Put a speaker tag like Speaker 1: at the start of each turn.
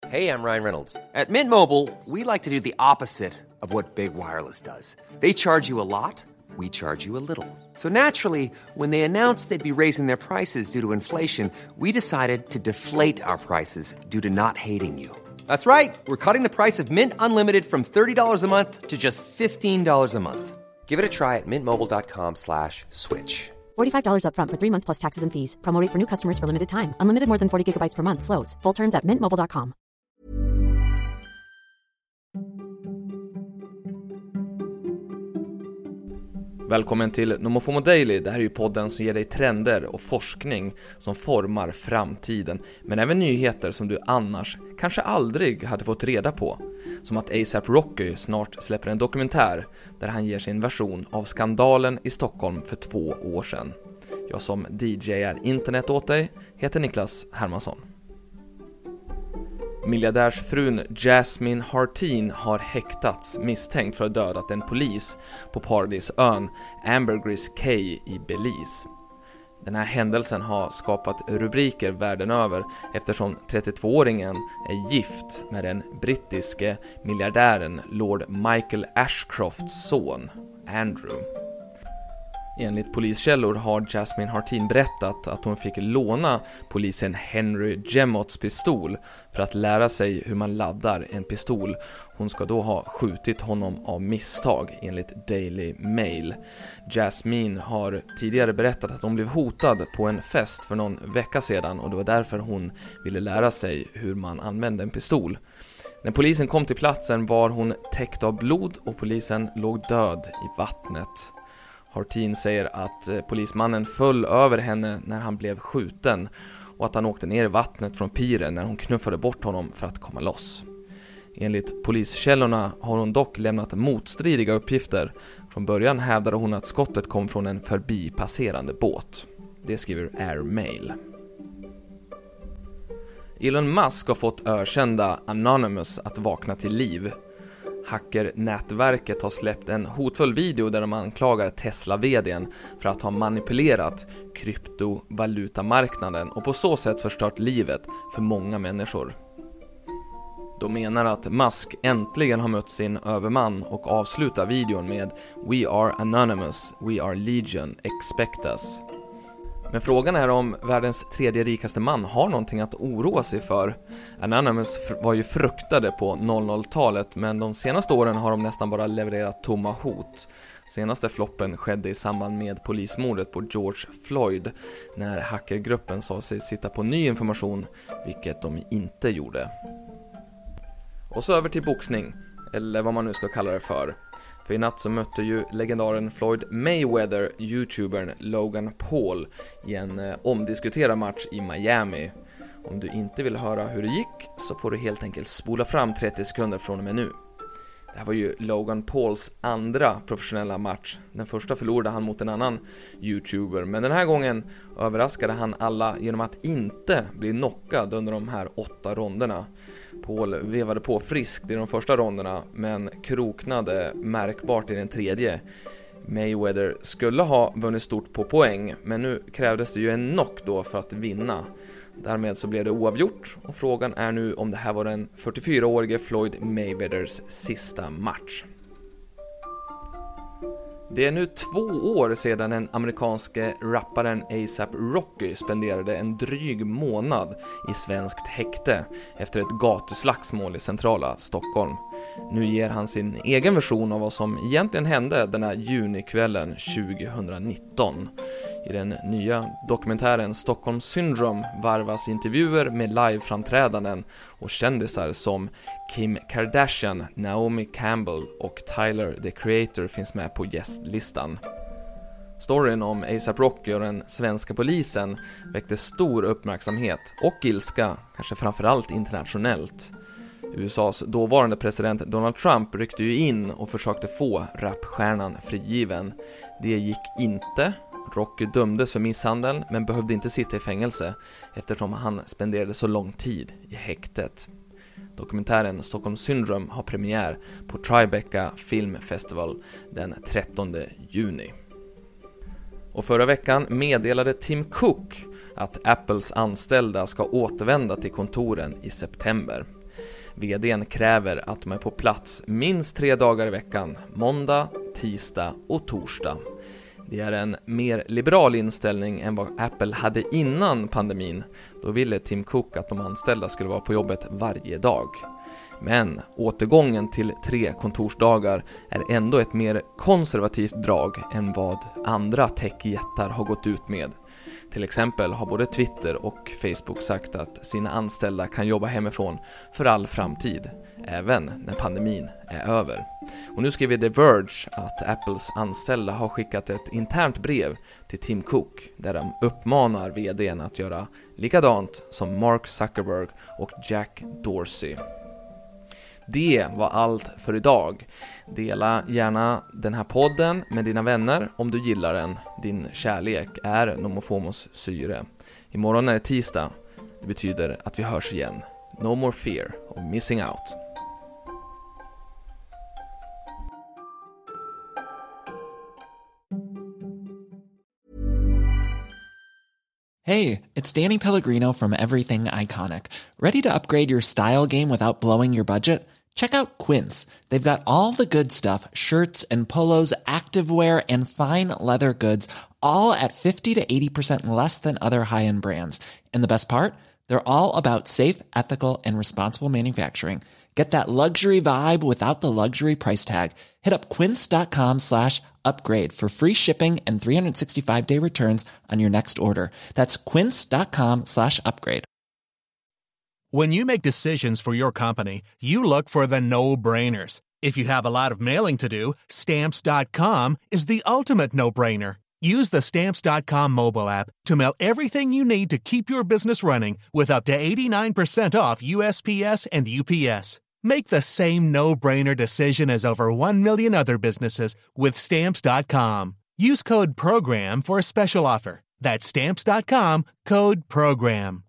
Speaker 1: Hey, I'm Ryan Reynolds. At Mint Mobile, we like to do the opposite of what Big Wireless does. They charge you a lot, we charge you a little. So naturally, when they announced they'd be raising their prices due to inflation, we decided to deflate our prices due to not hating you. That's right. We're cutting the price of Mint Unlimited from $30 a month to just $15 a month. Give it a try at mintmobile.com/switch.
Speaker 2: $45 up front for 3 months plus taxes and fees. Promo rate for new customers for limited time. Unlimited more than 40 gigabytes per month. Slows full terms at mintmobile.com.
Speaker 3: Välkommen till Nomofomo Daily. Det här är ju podden som ger dig trender och forskning som formar framtiden, men även nyheter som du annars kanske aldrig hade fått reda på. Som att A$AP Rocky snart släpper en dokumentär där han ger sin version av skandalen i Stockholm för 2 år sedan. Jag som DJ:ar internet åt dig heter Niklas Hermansson. Miljardärsfrun Jasmine Harteen har häktats misstänkt för att ha dödat en polis på Paradisön Ambergris Cay i Belize. Den här händelsen har skapat rubriker världen över eftersom 32-åringen är gift med den brittiske miljardären Lord Michael Ashcrofts son, Andrew. Enligt poliskällor har Jasmine Harteen berättat att hon fick låna polisen Henry Gemotts pistol för att lära sig hur man laddar en pistol. Hon ska då ha skjutit honom av misstag, enligt Daily Mail. Jasmine har tidigare berättat att hon blev hotad på en fest för någon vecka sedan och det var därför hon ville lära sig hur man använde en pistol. När polisen kom till platsen var hon täckt av blod och polisen låg död i vattnet. Harteen säger att polismannen föll över henne när han blev skjuten och att han åkte ner i vattnet från piren när hon knuffade bort honom för att komma loss. Enligt poliskällorna har hon dock lämnat motstridiga uppgifter. Från början hävdade hon att skottet kom från en förbipasserande båt. Det skriver Air Mail. Elon Musk har fått ökända Anonymous att vakna till liv. Hackernätverket har släppt en hotfull video där de anklagar Tesla-vd:n för att ha manipulerat kryptovalutamarknaden och på så sätt förstört livet för många människor. De menar att Musk äntligen har mött sin överman och avslutar videon med "We are anonymous, we are legion, expect us". Men frågan är om världens tredje rikaste man har någonting att oroa sig för. Anonymous var ju fruktade på 00-talet, men de senaste åren har de nästan bara levererat tomma hot. Senaste floppen skedde i samband med polismordet på George Floyd, när hackergruppen sa sig sitta på ny information, vilket de inte gjorde. Och så över till boxning, eller vad man nu ska kalla det för. För i natt så mötte ju legendaren Floyd Mayweather YouTubern Logan Paul i en omdiskuterad match i Miami. Om du inte vill höra hur det gick så får du helt enkelt spola fram 30 sekunder från och med nu. Det här var ju Logan Pauls andra professionella match. Den första förlorade han mot en annan YouTuber, men den här gången överraskade han alla genom att inte bli knockad under de här 8 ronderna. Paul vevade på friskt i de första ronderna men kroknade märkbart i den tredje. Mayweather skulle ha vunnit stort på poäng, men nu krävdes det ju en knock då för att vinna. Därmed så blev det oavgjort och frågan är nu om det här var den 44-årige Floyd Mayweathers sista match. Det är nu 2 år sedan den amerikanske rapparen A$AP Rocky spenderade en dryg månad i svenskt häkte efter ett gatuslagsmål i centrala Stockholm. Nu ger han sin egen version av vad som egentligen hände den här junikvällen 2019. I den nya dokumentären Stockholm Syndrome varvas intervjuer med liveframträdanden och kändisar som Kim Kardashian, Naomi Campbell och Tyler, the Creator, finns med på gästlistan. Storyn om A$AP Rocky och den svenska polisen väckte stor uppmärksamhet och ilska, kanske framförallt internationellt. USAs dåvarande president Donald Trump ryckte ju in och försökte få rapstjärnan frigiven. Det gick inte. Rocky dömdes för misshandel men behövde inte sitta i fängelse eftersom han spenderade så lång tid i häktet. Dokumentären Stockholm Syndrome har premiär på Tribeca Film Festival den 13 juni. Och förra veckan meddelade Tim Cook att Apples anställda ska återvända till kontoren i september. VD:n kräver att de är på plats minst 3 dagar i veckan, måndag, tisdag och torsdag. Det är en mer liberal inställning än vad Apple hade innan pandemin. Då ville Tim Cook att de anställda skulle vara på jobbet varje dag. Men återgången till 3 kontorsdagar är ändå ett mer konservativt drag än vad andra techjättar har gått ut med. Till exempel har både Twitter och Facebook sagt att sina anställda kan jobba hemifrån för all framtid, även när pandemin är över. Och nu skriver The Verge att Apples anställda har skickat ett internt brev till Tim Cook där de uppmanar VD:n att göra likadant som Mark Zuckerberg och Jack Dorsey. Det var allt för idag. Dela gärna den här podden med dina vänner om du gillar den. Din kärlek är Nomofomos syre. Imorgon är det tisdag. Det betyder att vi hörs igen. No more fear of missing out.
Speaker 4: Hey, it's Danny Pellegrino from Everything Iconic. Ready to upgrade your style game without blowing your budget? Check out Quince. They've got all the good stuff, shirts and polos, activewear and fine leather goods, all at 50 to 80% less than other high-end brands. And the best part? They're all about safe, ethical and responsible manufacturing. Get that luxury vibe without the luxury price tag. Hit up quince.com/upgrade for free shipping and 365-day returns on your next order. That's quince.com/upgrade.
Speaker 5: When you make decisions for your company, you look for the no-brainers. If you have a lot of mailing to do, Stamps.com is the ultimate no-brainer. Use the Stamps.com mobile app to mail everything you need to keep your business running with up to 89% off USPS and UPS. Make the same no-brainer decision as over 1 million other businesses with Stamps.com. Use code PROGRAM for a special offer. That's Stamps.com, code PROGRAM.